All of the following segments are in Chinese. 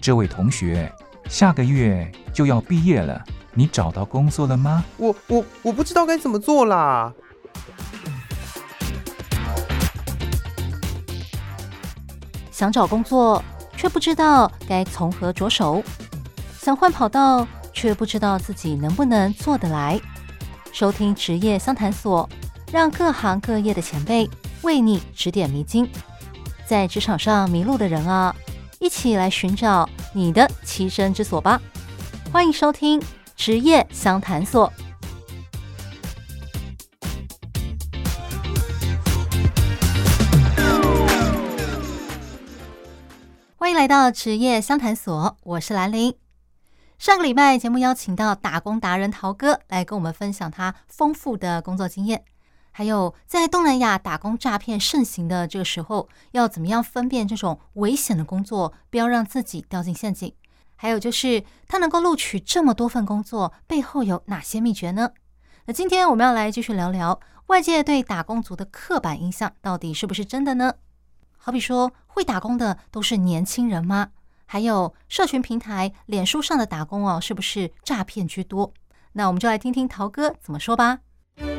这位同学，下个月就要毕业了，你找到工作了吗？ 我不知道该怎么做啦。 想找工作，却不知道该从何着手；想换跑道，却不知道自己能不能做得来。收听职业相谈所，让各行各业的前辈为你指点迷津。在职场上迷路的人啊，一起来寻找你的栖身之所吧。欢迎收听职业相谈所。欢迎来到职业相谈所，我是兰玲。上个礼拜节目邀请到打工达人陶哥来跟我们分享他丰富的工作经验，还有在东南亚打工诈骗盛行的这个时候，要怎么样分辨这种危险的工作，不要让自己掉进陷阱。还有就是他能够录取这么多份工作，背后有哪些秘诀呢？那今天我们要来继续聊聊外界对打工族的刻板印象到底是不是真的呢？好比说会打工的都是年轻人吗？还有社群平台脸书上的打工是不是诈骗居多？那我们就来听听陶哥怎么说吧。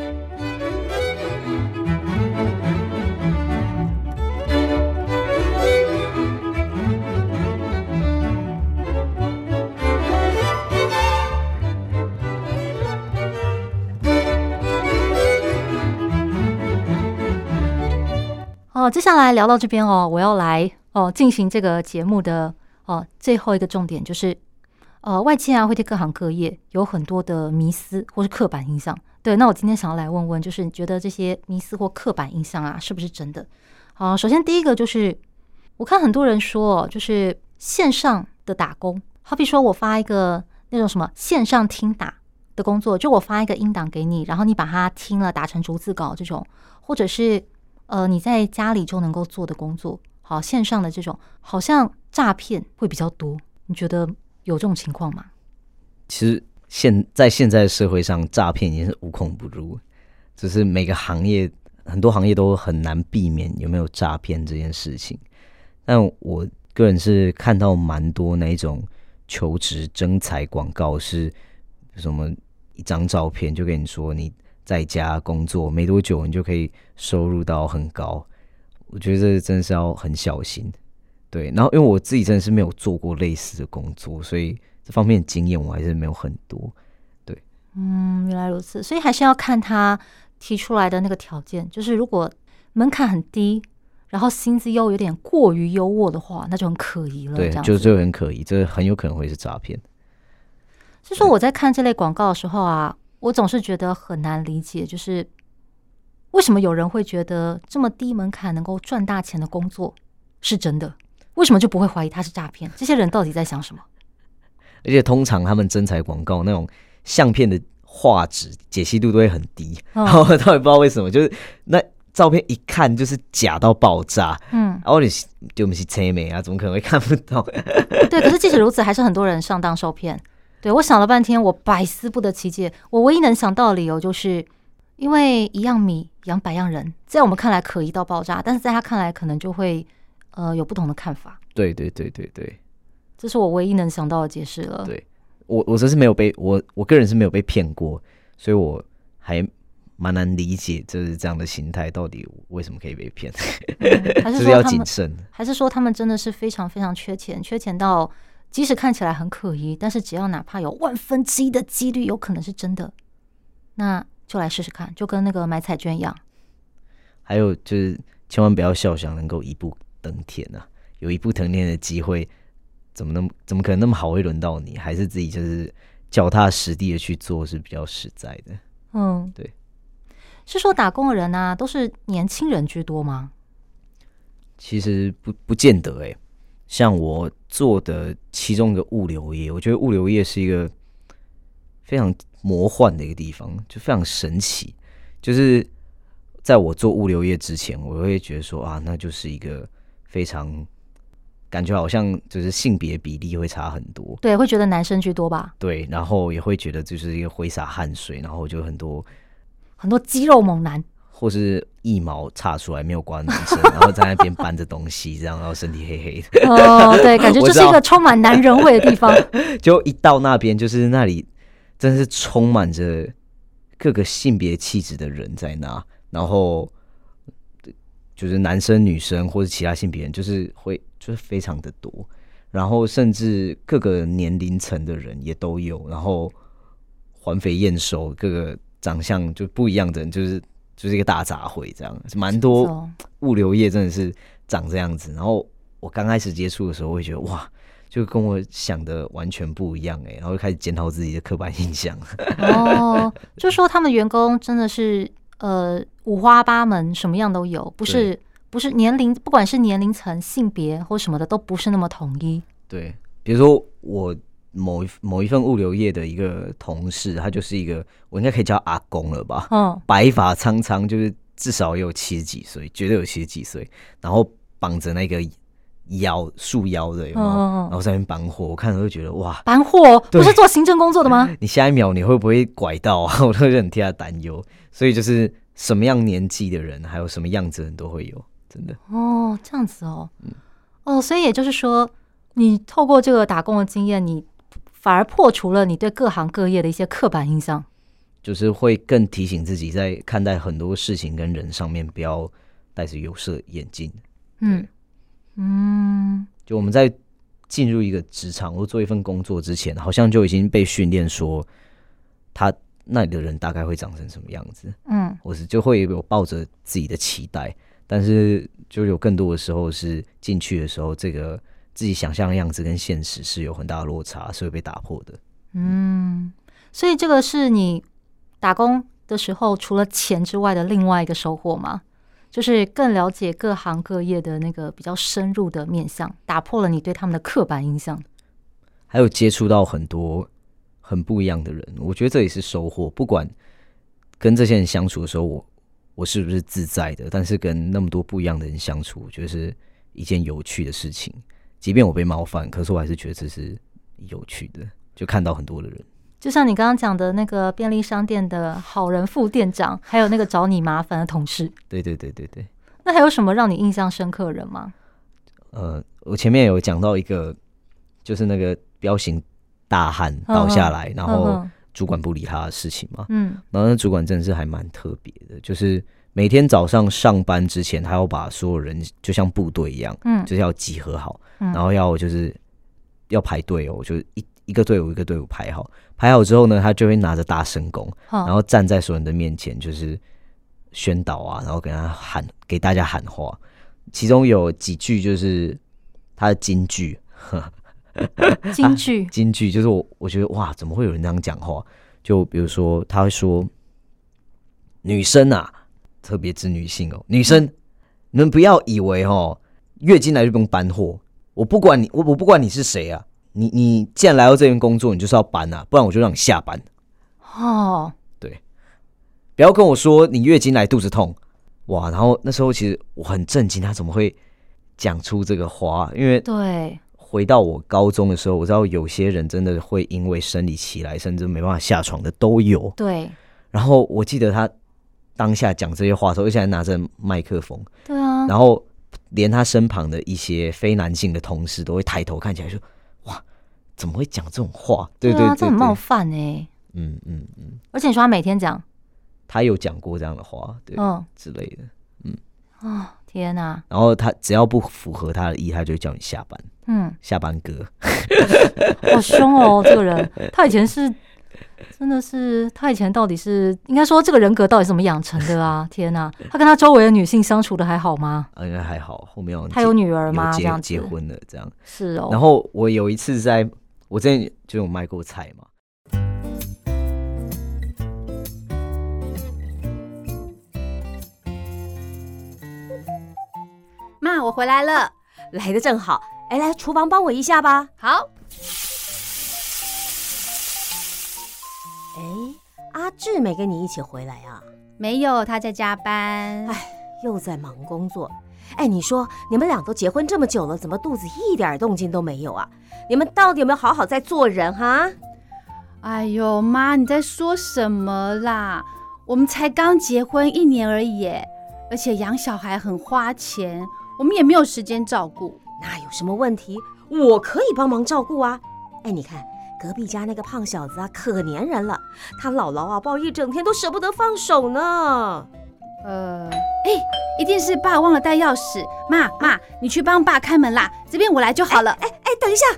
接下来聊到这边我要来进行这个节目的最后一个重点，就是外界会对各行各业有很多的迷思或是刻板印象。对，那我今天想要来问问，就是你觉得这些迷思或刻板印象是不是真的？首先第一个就是我看很多人说就是线上的打工，好比说我发一个那种什么线上听打的工作，就我发一个音档给你，然后你把它听了打成逐字稿这种，或者是你在家里就能够做的工作，好，线上的这种好像诈骗会比较多，你觉得有这种情况吗？ 其实在现在的社会上，诈骗已经是无孔不入，只是每个行业很多行业都很难避免有没有诈骗这件事情。但我个人是看到蛮多那种求职征才广告，是什么一张照片就跟你说你在家工作没多久你就可以收入到很高，我觉得这真的是要很小心。对，然后因为我自己真的是没有做过类似的工作，所以这方面的经验我还是没有很多。对， 原来如此，所以还是要看他提出来的那个条件，就是如果门槛很低，然后薪资又有点过于优渥的话，那就很可疑了。 对，就很可疑，这很有可能会是诈骗。 是说我在看这类广告的时候我总是觉得很难理解，就是为什么有人会觉得这么低门槛能够赚大钱的工作是真的，为什么就不会怀疑它是诈骗？这些人到底在想什么？ 而且通常他们征才广告那种相片的画质解析度都会很低，然后到底不知道为什么，就是那照片一看就是假到爆炸。就不是车美怎么可能会看不到？ 对，可是即使如此，还是很多人上当受骗。对，我想了半天，我百思不得其解。我唯一能想到的理由就是，因为一样米养百样人，在我们看来可疑到爆炸，但是在他看来可能就会有不同的看法。 对， 这是我唯一能想到的解释了。 对，我真是没有被我个人是没有被骗过，所以我还蛮难理解就是这样的心态到底为什么可以被骗。 还是说要谨慎？还是说他们真的是非常非常缺钱，缺钱到即使看起来很可疑，但是只要哪怕有1/1000的几率有可能是真的，那就来试试看，就跟那个买彩券一样。 还有就是千万不要笑想能够一步登天有一步登天的机会，怎么可能那么好会轮到你？还是自己就是脚踏实地的去做是比较实在的。对。 是说打工的人都是年轻人居多吗？ 其实不见得像我做的其中一个物流业，我觉得物流业是一个非常魔幻的一个地方，就非常神奇。就是在我做物流业之前，我会觉得说那就是一个非常感觉好像就是性别比例会差很多。 对，会觉得男生居多吧？ 对，然后也会觉得就是一个挥洒汗水，然后就很多肌肉猛男， 或是腋毛插出来没有刮男生，然后在那边搬着东西，这样，然后身体黑黑的。 哦，对，感觉就是一个充满男人味的地方。 就一到那边，就是那里真的是充满着各个性别气质的人在那，然后就是男生、女生或者其他性别人，就是非常的多，然后甚至各个年龄层的人也都有，然后环肥燕瘦，各个长相就不一样的人，就是一个大杂烩这样，蛮多物流业真的是长这样子。然后我刚开始接触的时候，我会觉得哇，就跟我想的完全不一样然后就开始检讨自己的刻板印象。 哦，就说他们员工真的是五花八门，什么样都有，不是年龄，不管是年龄层、性别或什么的，都不是那么统一。对， 比如说我某一份物流业的一个同事，他就是一个我应该可以叫阿公了吧？白发苍苍，就是至少也有70几岁，绝对有70几岁，然后绑着那个束腰的有没有？然后在那边搬货，我看了就觉得哇， 搬货不是做行政工作的吗？ 你下一秒你会不会拐到啊？我都很替他担忧。所以就是什么样年纪的人，还有什么样子的人都会有，真的。 哦，这样子哦，所以也就是说，你透过这个打工的经验，你反而破除了你对各行各业的一些刻板印象， 就是会更提醒自己在看待很多事情跟人上面不要戴着有色眼镜。就我们在进入一个职场或做一份工作之前，好像就已经被训练说他那里的人大概会长成什么样子，或是就会有抱着自己的期待，但是就有更多的时候是进去的时候，这个自己想象的样子跟现实是有很大的落差，是会被打破的。 所以这个是你打工的时候除了钱之外的另外一个收获吗？就是更了解各行各业的那个比较深入的面向，打破了你对他们的刻板印象， 还有接触到很多很不一样的人，我觉得这也是收获。不管跟这些人相处的时候，我是不是自在的，但是跟那么多不一样的人相处，我觉得是一件有趣的事情。即便我被冒犯，可是我还是觉得这是有趣的，就看到很多的人。 就像你刚刚讲的那个便利商店的好人副店长，还有那个找你麻烦的同事。 对。 那还有什么让你印象深刻的人吗？ 我前面有讲到一个，就是那个彪形大汉倒下来，然后主管不理他的事情嘛。然后那主管真的是还蛮特别的，就是每天早上上班之前，他要把所有人就像部队一样，就是要集合好，然后要排队就一个队伍一个队伍排好，排好之后呢，他就会拿着大声公，然后站在所有人的面前，就是宣导啊，然后给大家喊话。其中有几句就是他的金句，金句就是我觉得哇，怎么会有人这样讲话？就比如说他会说，女生啊，特别指女性女生，你们不要以为月经来就不用搬货，我不管你是谁啊。你既然来到这边工作，你就是要搬啊，不然我就让你下班。对，不要跟我说你月经来肚子痛，哇！然后那时候其实我很震惊，他怎么会讲出这个话？因为对，回到我高中的时候，我知道有些人真的会因为生理期来，甚至没办法下床的都有。对，然后我记得他当下讲这些话的时候，而且还拿着麦克风，对啊，然后连他身旁的一些非男性的同事都会抬头看起来说。怎么会讲这种话？对，这很冒犯而且你说他每天讲，他有讲过这样的话，对，之类的，天哪！然后他只要不符合他的意，他就会叫你下班，下班哥， 好凶哦！这个人，他以前是真的是，他以前到底是应该说这个人格到底是怎么养成的啊？天哪！他跟他周围的女性相处的还好吗？ 应该还好，后面他有女儿吗？这样结婚了，这样是哦。 然后我有一次我之前就有卖过菜嘛， 妈，我回来了，来得正好，来厨房帮我一下吧。好。阿志没跟你一起回来啊？ 没有，他在加班。 又在忙工作。你说你们俩都结婚这么久了，怎么肚子一点动静都没有啊？你们到底有没有好好在做人哈？ 哎呦妈，你在说什么啦？我们才刚结婚1年而已耶， 而且养小孩很花钱，我们也没有时间照顾。 那有什么问题？我可以帮忙照顾啊！哎，你看隔壁家那个胖小子啊，可粘人了，他姥姥啊抱一整天都舍不得放手呢。 一定是爸忘了带钥匙。妈，你去帮爸开门啦，这边我来就好了。 等一下。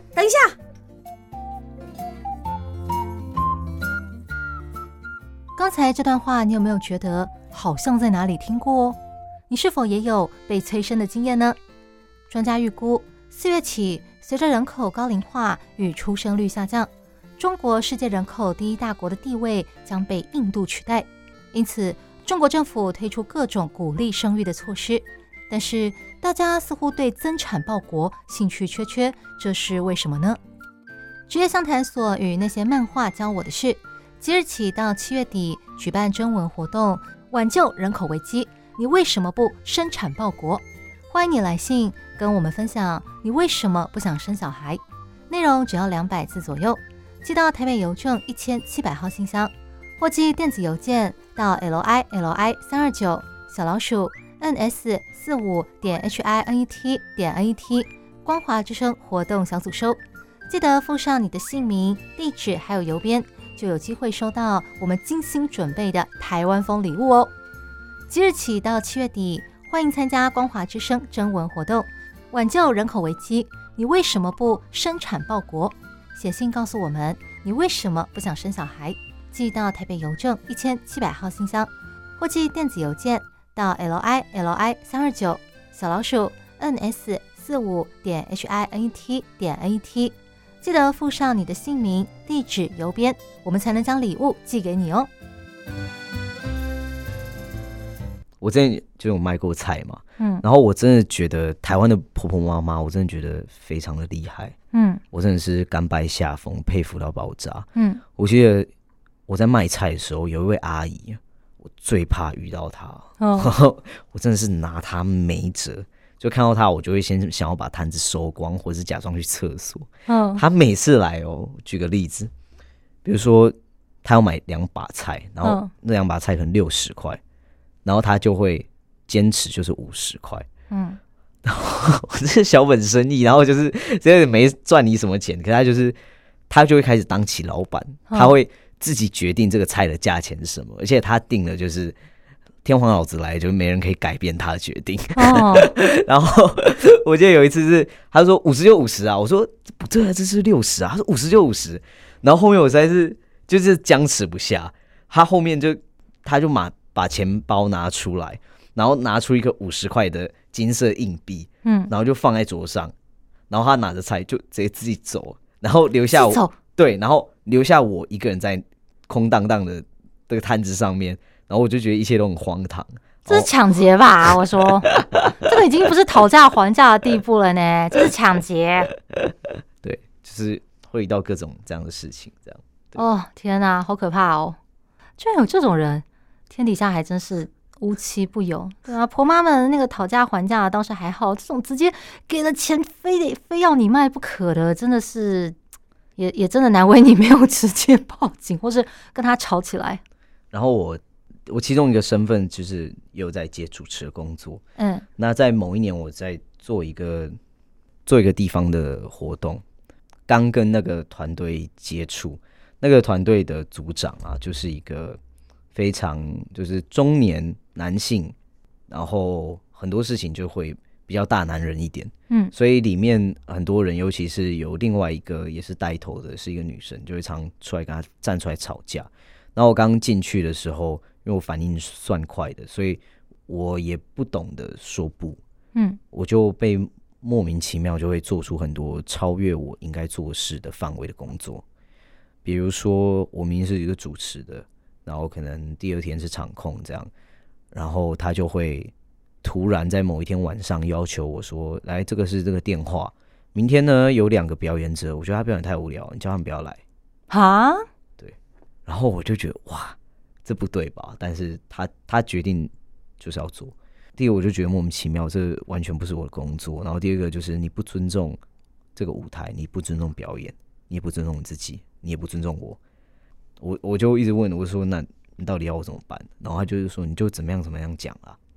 刚才这段话，你有没有觉得好像在哪里听过哦？你是否也有被催生的经验呢？专家预估，4月起，随着人口高龄化与出生率下降，中国世界人口第一大国的地位将被印度取代。因此，中国政府推出各种鼓励生育的措施，但是大家似乎对增产报国兴趣缺，这是为什么呢？职业相谈所与那些漫画教我的事，即日起到7月底举办征文活动，挽救人口危机，你为什么不生产报国？欢迎你来信跟我们分享你为什么不想生小孩，内容只要200字左右，寄到台北邮政1700号信箱，或寄电子邮件到 li@ns45.hinet.net 光华之声活动小组收，记得附上你的姓名、地址还有邮编，就有机会收到我们精心准备的台湾风礼物哦。即日起到7月底，欢迎参加光华之声征文活动，挽救人口危机，你为什么不生产报国？写信告诉我们你为什么不想生小孩，寄到台北邮政1700号信箱，或寄电子邮件到 li@ns45.hinet.net， 记得附上你的姓名、地址、邮编，我们才能将礼物寄给你哦。 我之前就有卖过菜嘛，然后我真的觉得台湾的婆婆妈妈，我真的觉得非常的厉害，我真的是甘拜下风，佩服到爆炸，我记得我在卖菜的时候，有一位阿姨，我最怕遇到她，我真的是拿她没辙，就看到她，我就会先想要把摊子收光，或者是假装去厕所。她每次来举个例子，比如说她要买2把菜，然后那2把菜可能60块。然后他就会坚持就是50块，然后我这是小本生意，然后就是真的没赚你什么钱，可他就会开始当起老板，他会自己决定这个菜的价钱是什么，而且他定了就是天皇老子来，就没人可以改变他的决定。然后我记得有一次是他说50就50啊，我说不对啊，这是60啊，他说50就50，然后后面我实在是就是僵持不下，他后面他就把钱包拿出来，然后拿出一个50块的金色硬币，然后就放在桌上，然后他拿着菜就直接自己走，然后留下我，对，然后留下我一个人在空荡荡的这个摊子上面，然后我就觉得一切都很荒唐。 这是抢劫吧？我说，这个已经不是讨价还价的地步了呢，这是抢劫。 对，就是会遇到各种这样的事情，这样。 哦，天哪，好可怕哦！居然有这种人。天底下还真是无奇不有，对啊，婆妈们那个讨价还价倒是还好，这种直接给了钱非要你卖不可的，真的是也真的难为你没有直接报警或是跟他吵起来。 然后我其中一个身份就是也有在接主持的工作，那在某一年我在做一个地方的活动，刚跟那个团队接触，那个团队的组长啊，就是一个非常就是中年男性，然后很多事情就会比较大男人一点，所以里面很多人，尤其是有另外一个也是带头的，是一个女生，就会常出来跟他站出来吵架。然后我刚进去的时候，因为我反应算快的，所以我也不懂得说不，我就被莫名其妙就会做出很多超越我应该做事的范围的工作，比如说我明明是一个主持的。然后可能第2天是场控这样，然后他就会突然在某一天晚上要求我说：“来，这个是这个电话，明天呢有2个表演者，我觉得他表演太无聊，你叫他们不要来。” 哈， 对，然后我就觉得哇，这不对吧？但是他决定就是要做。第一个我就觉得莫名其妙，这完全不是我的工作。然后第二个就是你不尊重这个舞台，你不尊重表演，你也不尊重你自己，你也不尊重我。我就一直问我说：“那你到底要我怎么办？”然后他就是说：“你就怎么样怎么样讲啊，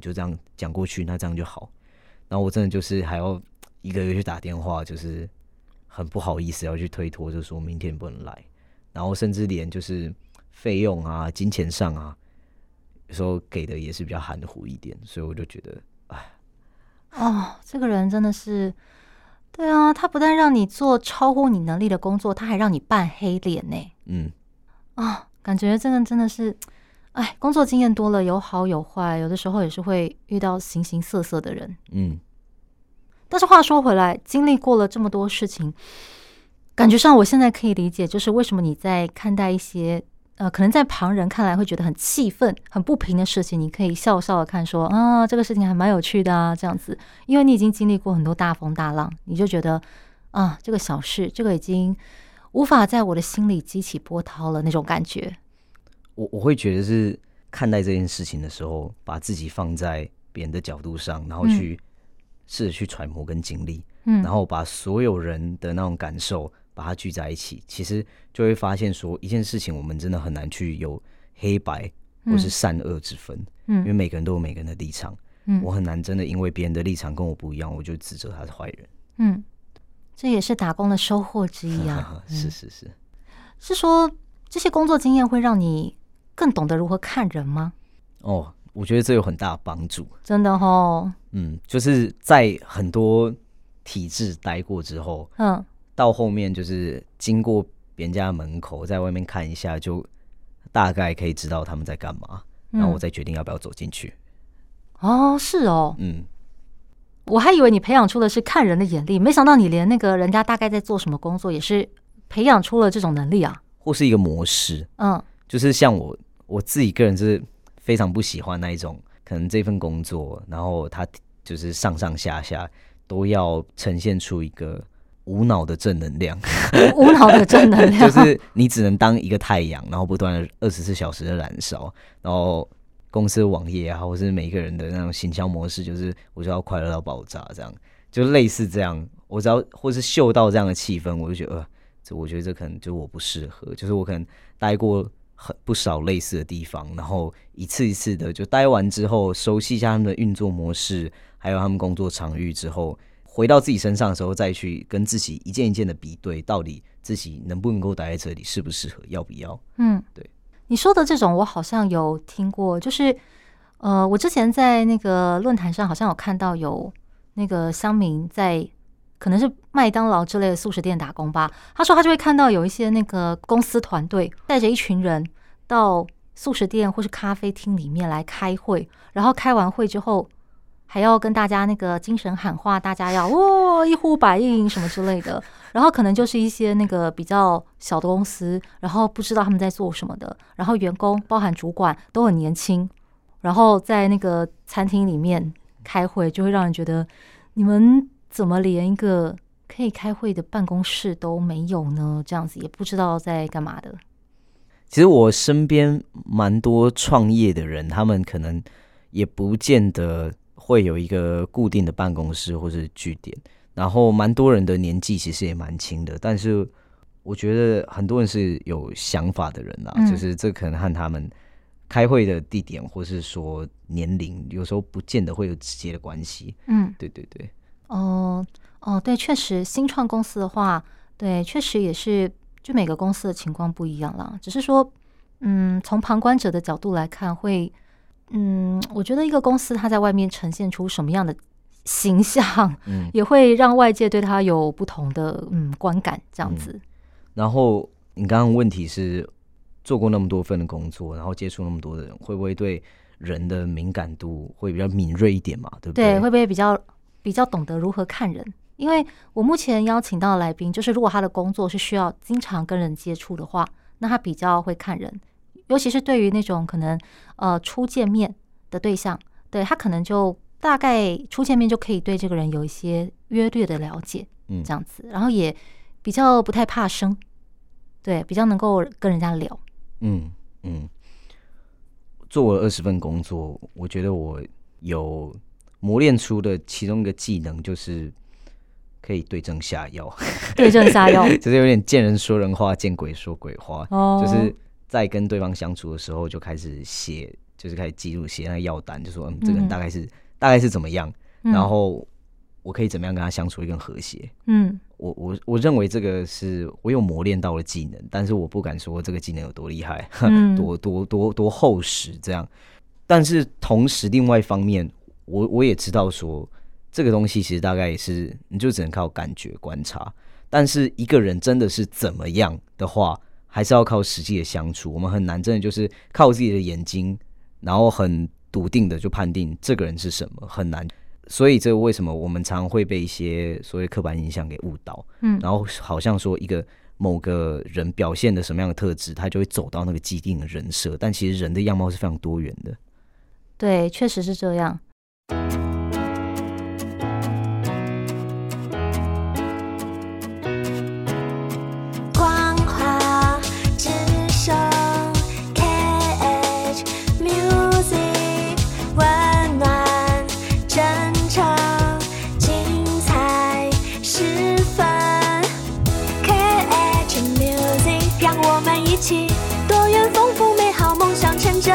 就这样讲过去，那这样就好。然后我真的就是还要一个去打电话，就是很不好意思要去推脱，就说明天不能来。然后甚至连就是费用啊、金钱上啊，有时候给的也是比较含糊一点，所以我就觉得， 这个人真的是，对啊，他不但让你做超乎你能力的工作，他还让你扮黑脸呢。感觉这个真的是，工作经验多了有好有坏，有的时候也是会遇到形形色色的人。但是话说回来，经历过了这么多事情，感觉上我现在可以理解，就是为什么你在看待一些可能在旁人看来会觉得很气愤、很不平的事情，你可以笑笑的看说这个事情还蛮有趣的啊，这样子，因为你已经经历过很多大风大浪，你就觉得这个小事，这个已经无法在我的心里激起波涛了那种感觉。 我会觉得是看待这件事情的时候，把自己放在别人的角度上，然后去试着去揣摩跟经历，然后把所有人的那种感受把它聚在一起，其实就会发现说，一件事情我们真的很难去有黑白或是善恶之分，因为每个人都有每个人的立场，我很难真的因为别人的立场跟我不一样，我就指责他是坏人。 这也是打工的收获之一啊。是说这些工作经验会让你更懂得如何看人吗？ 我觉得这有很大的帮助， 真的哦。 就是在很多体制待过之后，到后面就是经过别人家的门口，在外面看一下，就大概可以知道他们在干嘛，然后我再决定要不要走进去。 是哦。我还以为你培养出的是看人的眼力，没想到你连那个人家大概在做什么工作也是培养出了这种能力啊， 或是一个模式。就是像我自己个人是非常不喜欢那一种，可能这份工作，然后他就是上上下下都要呈现出一个无脑的正能量。 无脑的正能量就是你只能当一个太阳，然后不断的24小时的燃烧，然后公司的网页啊，或是每一个人的那种行销模式，就是我就要快乐到爆炸，这样就类似这样。我只要或是嗅到这样的气氛，我就觉得我觉得这可能就我不适合，就是我可能待过很不少类似的地方，然后一次一次的就待完之后，熟悉一下他们的运作模式，还有他们工作场域之后，回到自己身上的时候，再去跟自己一件一件的比对，到底自己能不能够待在这里，适不适合，要不要？对。 你说的这种我好像有听过，就是我之前在那个论坛上好像有看到有那个乡民在可能是麦当劳之类的速食店打工吧，他说他就会看到有一些那个公司团队带着一群人到速食店或是咖啡厅里面来开会，然后开完会之后还要跟大家那个精神喊话，大家要一呼百应什么之类的。然后可能就是一些那个比较小的公司，然后不知道他们在做什么的，然后员工包含主管都很年轻，然后在那个餐厅里面开会，就会让人觉得你们怎么连一个可以开会的办公室都没有呢？这样子也不知道在干嘛的。 其实我身边蛮多创业的人，他们可能也不见得会有一个固定的办公室或是据点，然后蛮多人的年纪其实也蛮轻的，但是我觉得很多人是有想法的人啦，就是这可能和他们开会的地点或是说年龄有时候不见得会有直接的关系。对对对。 对，确实新创公司的话，对，确实也是就每个公司的情况不一样啦，只是说从旁观者的角度来看会我觉得一个公司它在外面呈现出什么样的形象，也会让外界对它有不同的观感这样子。 然后你刚刚问题是做过那么多份的工作，然后接触那么多的人，会不会对人的敏感度会比较敏锐一点嘛？对不对？ 对，会不会比较懂得如何看人？因为我目前邀请到的来宾，就是如果他的工作是需要经常跟人接触的话，那他比较会看人，尤其是对于那种可能初见面的对象，对他可能就大概初见面就可以对这个人有一些约略的了解，这样子，然后也比较不太怕生，对，比较能够跟人家聊。 做了20份工作，我觉得我有磨练出的其中一个技能就是可以对症下药。 对症下药就是有点见人说人话，见鬼说鬼话。就是在跟对方相处的时候就开始写， 就是开始记录写那个药单，就说这个人大概是怎么样，然后我可以怎么样跟他相处会更和谐。我认为这个是我有磨练到的技能，但是我不敢说这个技能有多厉害，多厚实这样。但是同时另外一方面，我也知道说这个东西其实大概也是你就只能靠感觉观察，但是一个人真的是怎么样的话，还是要靠实际的相处。我们很难真的就是靠自己的眼睛，然后很笃定的就判定这个人是什么，很难。所以这个为什么我们常会被一些所谓刻板印象给误导，然后好像说一个某个人表现的什么样的特质，他就会走到那个既定的人设，但其实人的样貌是非常多元的。 对，确实是这样。 光华之声 KH Music 温暖真诚精彩十分 KH Music 让我们一起多元丰富美好梦想成真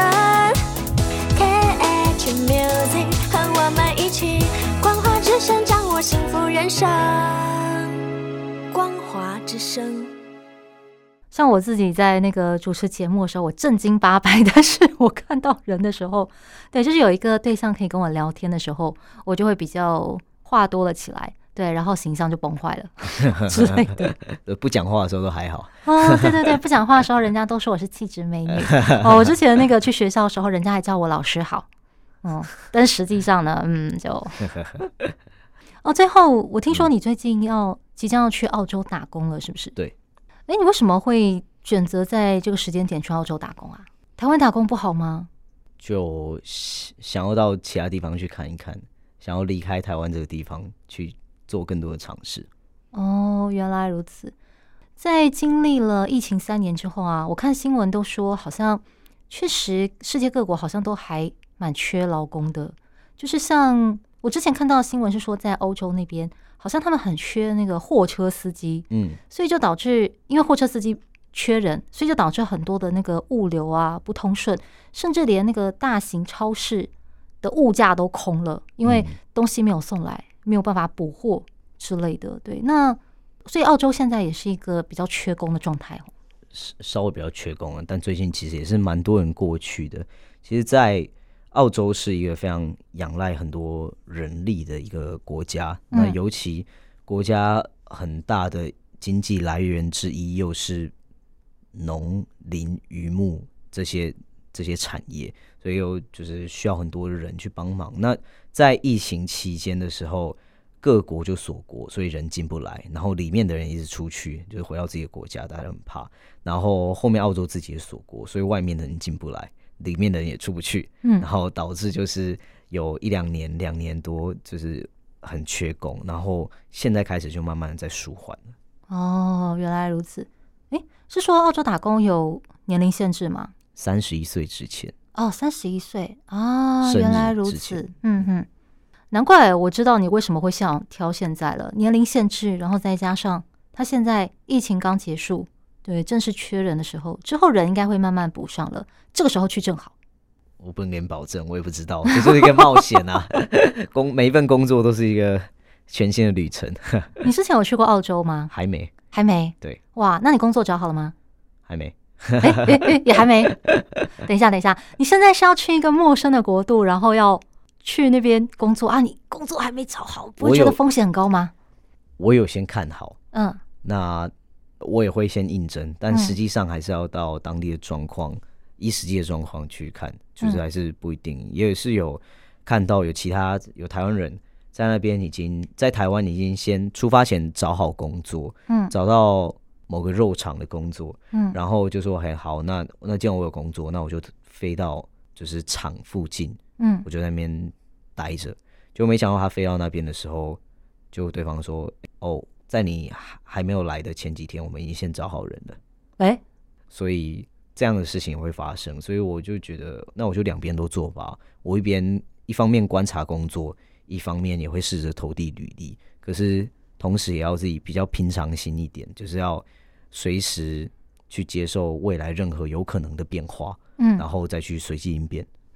KH Music 和我们一起光华之声掌握幸福人生光华之声。 像我自己在那个主持节目的时候，我正经八百，但是我看到人的时候，对，就是有一个对象可以跟我聊天的时候，我就会比较话多了起来，对，然后形象就崩坏了之类的。 不讲话的时候都还好。 对对对，不讲话的时候，人家都说我是气质美女。我之前那个去学校的时候，人家还叫我老师好。但是实际上呢，就最后我听说你最近即将要去澳洲打工了，是不是？ 对。 你为什么会选择在这个时间点去澳洲打工啊？台湾打工不好吗？ 就想要到其他地方去看一看，想要离开台湾这个地方去做更多的尝试。 原来如此。在经历了疫情3年之后啊，我看新闻都说好像确实世界各国好像都还蛮缺劳工的，就是像我之前看到的新闻是说在欧洲那边好像他们很缺那个货车司机，所以就导致因为货车司机缺人，所以就导致很多的那个物流啊不通顺，甚至连那个大型超市的物价都空了，因为东西没有送来，没有办法补货之类的。对，那所以澳洲现在也是一个比较缺工的状态。 稍微比较缺工了，但最近其实也是蛮多人过去的。其实在澳洲是一个非常仰赖很多人力的一个国家，那尤其国家很大的经济来源之一又是农林渔牧这些产业，所以又就是需要很多人去帮忙。那在疫情期间的时候，各国就锁国，所以人进不来，然后里面的人一直出去，就是回到自己的国家，大家很怕。然后后面澳洲自己也锁国，所以外面的人进不来，里面的人也出不去，然后导致就是有2年多就是很缺工，然后现在开始就慢慢的在舒缓了。 原来如此。是说澳洲打工有年龄限制吗 ？31岁之前。 31岁啊，原来如此。难怪我知道你为什么会想挑现在了，年龄限制，然后再加上他现在疫情刚结束，对，正是缺人的时候，之后人应该会慢慢补上了，这个时候去正好。 我不能给你保证，我也不知道，这就是一个冒险啊。每一份工作都是一个全新的旅程。 你之前有去过澳洲吗？ 还没。对。 哇，那你工作找好了吗？ 还没。 也还没。等一下，你现在是要去一个陌生的国度，然后要去那边工作啊？你工作还没找好，不会觉得风险很高吗？ 我有先看好，那我也会先应征，但实际上还是要到当地的状况，依实际的状况去看，就是还是不一定。也是有看到有台湾人在那边在台湾已经先出发前找好工作，找到某个肉厂的工作，然后就说好，那既然我有工作，那我就飞到就是厂附近，我就在那边待着。就没想到他飞到那边的时候，就对方说在你还没有来的前几天，我们已经先找好人了。所以这样的事情也会发生，所以我就觉得，那我就两边都做吧。我一方面观察工作，一方面也会试着投递履历，可是同时也要自己比较平常心一点，就是要随时去接受未来任何有可能的变化，然后再去随机应变。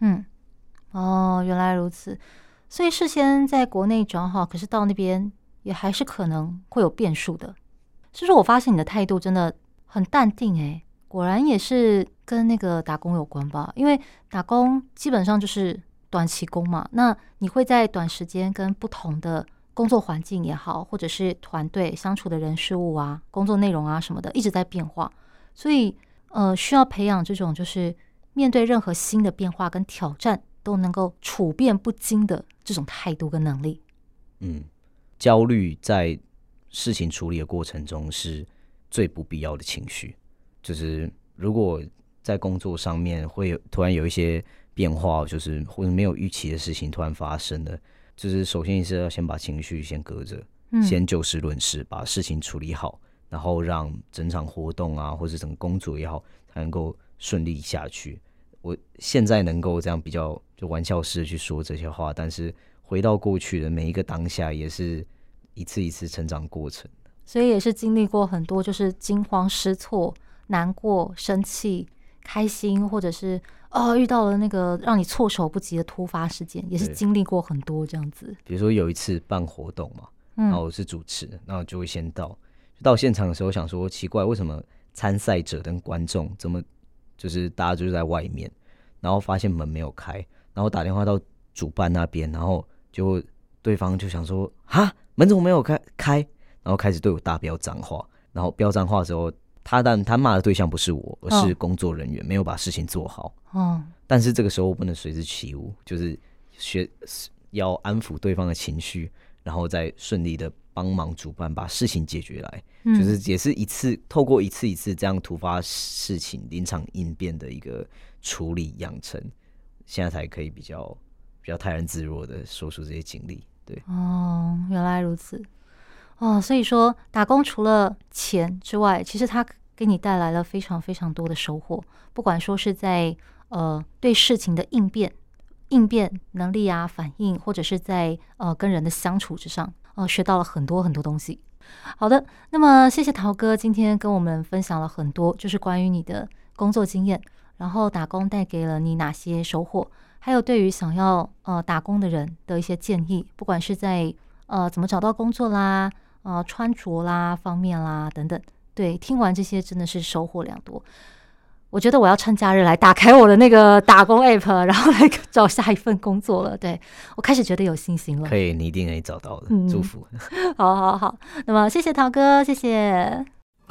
原来如此。所以事先在国内找好，可是到那边也还是可能会有变数的。是说我发现你的态度真的很淡定果然也是跟那个打工有关吧？因为打工基本上就是短期工嘛，那你会在短时间跟不同的工作环境也好，或者是团队相处的人事物啊、工作内容啊什么的，一直在变化，所以需要培养这种就是面对任何新的变化跟挑战都能够处变不惊的这种态度跟能力。 焦虑在事情处理的过程中是最不必要的情绪，就是如果在工作上面会突然有一些变化，就是或者没有预期的事情突然发生了，就是首先是要先把情绪先搁着，先就事论事，把事情处理好，然后让整场活动啊，或者整个工作也好，才能够顺利下去。我现在能够这样比较就玩笑式的去说这些话，但是回到过去的每一个当下，也是一次一次成长过程。 所以也是经历过很多，就是惊慌失措、难过、生气、开心，或者是遇到了那个让你措手不及的突发事件，也是经历过很多这样子。 比如说有一次办活动嘛，然后我是主持，然后就会先到现场的时候想说，奇怪为什么参赛者跟观众怎么就是大家就是在外面，然后发现门没有开，然后打电话到主办那边，然后就对方就想说哈，门怎么没有开，然后开始对我大飙脏话，然后飙脏话之后，他骂的对象不是我，而是工作人员没有把事情做好。但是这个时候我不能随之起舞，就是要安抚对方的情绪，然后再顺利的帮忙主办把事情解决来，就是也是透过一次一次这样突发事情临场应变的一个处理养成，现在才可以比较泰然自若的说出这些经历。对， 原来如此。所以说打工除了钱之外，其实它给你带来了非常非常多的收获，不管说是在对事情的应变能力啊、反应，或者是在跟人的相处之上，学到了很多很多东西。好的，那么谢谢陶哥今天跟我们分享了很多，就是关于你的工作经验，然后打工带给了你哪些收获，还有对于想要打工的人的一些建议，不管是在怎么找到工作啦、穿着啦方面啦等等。对，听完这些真的是收获良多。我觉得我要趁假日来打开我的那个打工 app， 然后来找下一份工作了。对，我开始觉得有信心了。 可以，你一定可以找到的，祝福。 好，那么谢谢陶哥，谢谢。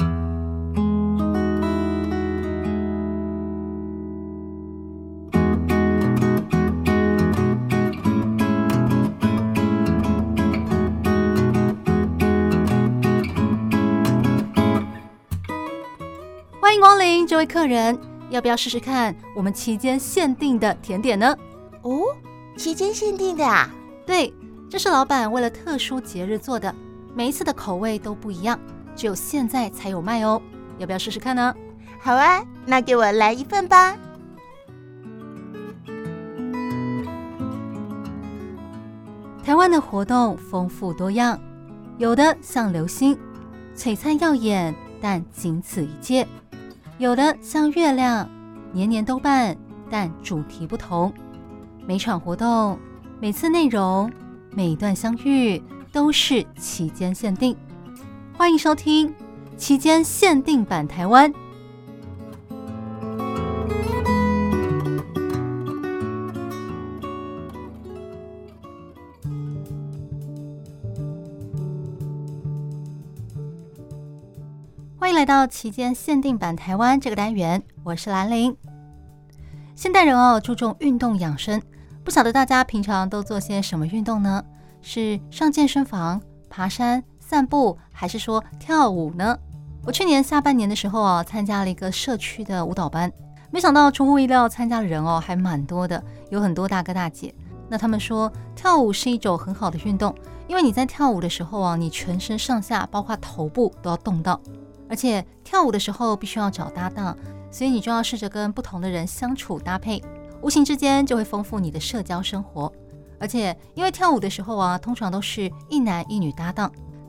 欢迎光临，这位客人，要不要试试看我们期间限定的甜点呢？ 期间限定的啊？ 对，这是老板为了特殊节日做的，每一次的口味都不一样，只有现在才有卖哦。要不要试试看呢？ 好啊，那给我来一份吧。 台湾的活动丰富多样，有的像流星，璀璨耀眼，但仅此一届；有的像月亮，年年都办，但主题不同。每场活动、每次内容、每一段相遇都是期间限定。欢迎收听期间限定版台湾。欢迎来到期间限定版台湾这个单元，我是兰玲。现代人注重运动养生，不晓得大家平常都做些什么运动呢？是上健身房、爬山、散步，还是说跳舞呢？我去年下半年的时候参加了一个社区的舞蹈班，没想到出乎意料，参加的人还蛮多的，有很多大哥大姐。那他们说跳舞是一种很好的运动，因为你在跳舞的时候你全身上下包括头部都要动到，而且跳舞的时候必须要找搭档，所以你就要试着跟不同的人相处搭配，无形之间就会丰富你的社交生活。而且因为跳舞的时候通常都是一男一女搭档，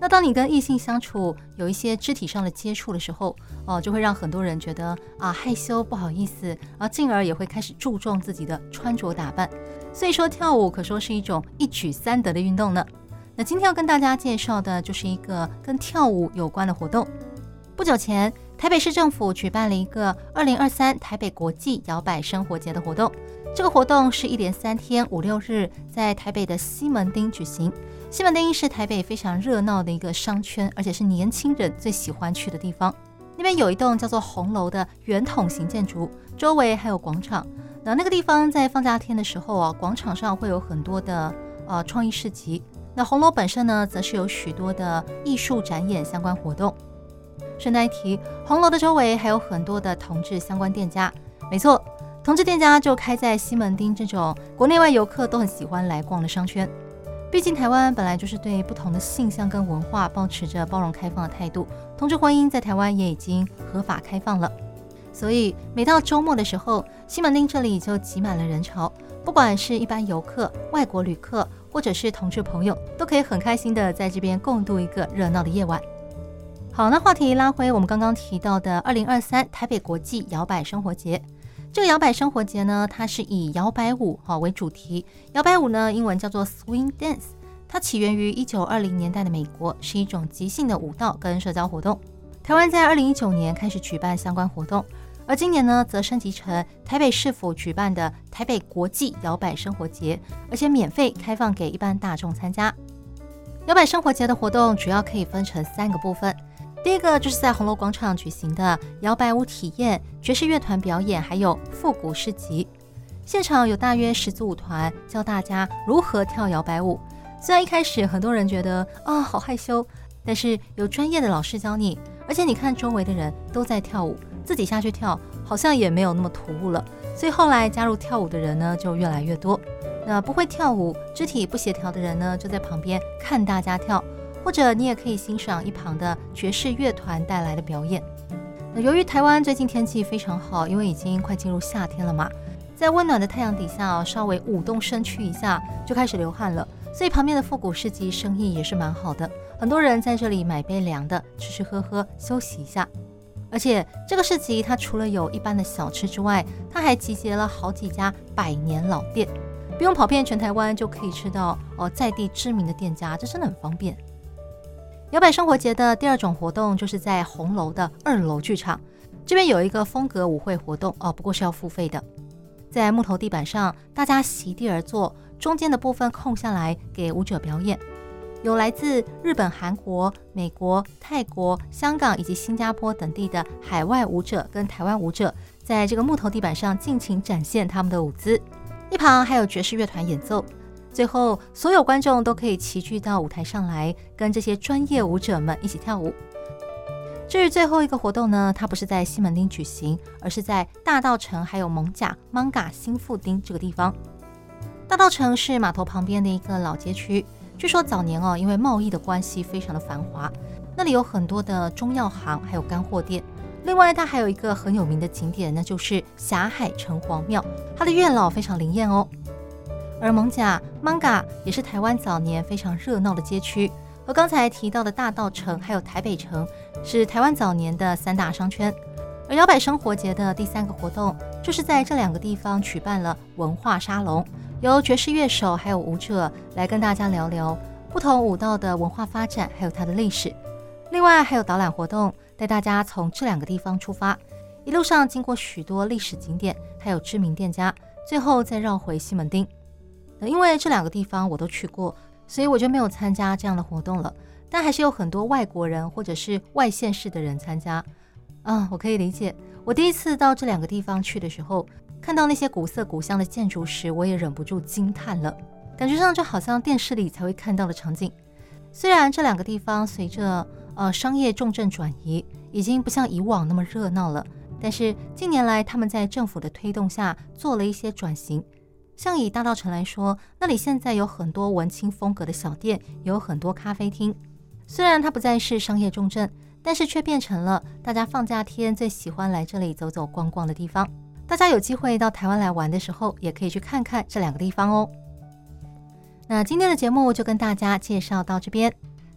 那当你跟异性相处，有一些肢体上的接触的时候，就会让很多人觉得害羞不好意思，进而也会开始注重自己的穿着打扮。所以说跳舞可说是一种一举三得的运动呢。那今天要跟大家介绍的就是一个跟跳舞有关的活动。不久前，台北市政府举办了一个2023台北国际摇摆生活节的活动。这个活动是一连3天5、6日在台北的西门町举行。西门町是台北非常热闹的一个商圈，而且是年轻人最喜欢去的地方。那边有一栋叫做红楼的圆筒形建筑，周围还有广场。那个地方在放假天的时候广场上会有很多的创意市集。那红楼本身呢，则是有许多的艺术展演相关活动。顺带一提，红楼的周围还有很多的同志相关店家。没错，同志店家就开在西门町这种国内外游客都很喜欢来逛的商圈。毕竟台湾本来就是对不同的性向跟文化抱持着包容开放的态度，同志婚姻在台湾也已经合法开放了。所以每到周末的时候，西门町这里就挤满了人潮，不管是一般游客、外国旅客，或者是同志朋友，都可以很开心的在这边共度一个热闹的夜晚。好，那话题拉回我们刚刚提到的2023台北国际摇摆生活节。这个摇摆生活节呢，它是以摇摆舞为主题。摇摆舞呢，英文叫做 Swing Dance， 它起源于1920年代的美国，是一种即兴的舞蹈跟社交活动。台湾在2019年开始举办相关活动，而今年呢，则升级成台北市府举办的台北国际摇摆生活节，而且免费开放给一般大众参加。摇摆生活节的活动主要可以分成3个部分。第一个就是在红楼广场举行的摇摆舞体验、爵士乐团表演，还有复古市集。现场有大约10组舞团教大家如何跳摇摆舞。虽然一开始很多人觉得好害羞，但是有专业的老师教你，而且你看周围的人都在跳舞，自己下去跳好像也没有那么突兀了。所以后来加入跳舞的人呢就越来越多。那不会跳舞、肢体不协调的人呢，就在旁边看大家跳。或者你也可以欣赏一旁的爵士乐团带来的表演。那由于台湾最近天气非常好，因为已经快进入夏天了嘛，在温暖的太阳底下稍微舞动身躯一下就开始流汗了，所以旁边的复古市集生意也是蛮好的，很多人在这里买杯凉的，吃吃喝喝休息一下。而且这个市集它除了有一般的小吃之外，它还集结了好几家100年老店，不用跑遍全台湾就可以吃到在地知名的店家，这真的很方便。摇摆生活节的第2种活动就是在红楼的2楼剧场，这边有一个风格舞会活动不过是要付费的。在木头地板上，大家席地而坐，中间的部分空下来给舞者表演。有来自日本、韩国、美国、泰国、香港以及新加坡等地的海外舞者跟台湾舞者，在这个木头地板上尽情展现他们的舞姿，一旁还有爵士乐团演奏。最后，所有观众都可以齐聚到舞台上来，跟这些专业舞者们一起跳舞。至于最后一个活动呢，它不是在西门町举行，而是在大稻埕还有艋舺 Manga 新富町这个地方。大稻埕是码头旁边的一个老街区，据说早年因为贸易的关系非常的繁华，那里有很多的中药行还有干货店。另外，它还有一个很有名的景点，那就是霞海城隍庙，它的月老非常灵验哦。而艋舺 Manga 也是台湾早年非常热闹的街区，和刚才提到的大稻埕还有台北城是台湾早年的3大商圈。而摇摆生活节的第3个活动就是在这2个地方举办了文化沙龙，由爵士乐手还有舞者来跟大家聊聊不同舞蹈的文化发展还有它的历史。另外还有导览活动，带大家从这2个地方出发，一路上经过许多历史景点还有知名店家，最后再绕回西门町。因为这2个地方我都去过，所以我就没有参加这样的活动了，但还是有很多外国人或者是外县市的人参加。我可以理解，我第一次到这2个地方去的时候，看到那些古色古香的建筑时，我也忍不住惊叹了，感觉上就好像电视里才会看到的场景。虽然这2个地方随着商业重镇转移，已经不像以往那么热闹了，但是近年来他们在政府的推动下做了一些转型。像以大稻埕来说，那里现在有很多文青风格的小店，也有很多咖啡厅。虽然它不再是商业重镇，但是却变成了大家放假天最喜欢来这里走走逛逛的地方。大家有机会到台湾来玩的时候，也可以去看看这2个地方哦。那今天的节目就跟大家介绍到这边。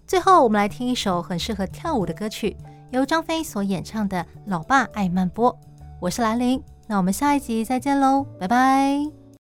最后，我们来听一首很适合跳舞的歌曲，由张飞所演唱的《老爸爱慢波》。我是兰玲，那我们下一集再见喽，拜拜。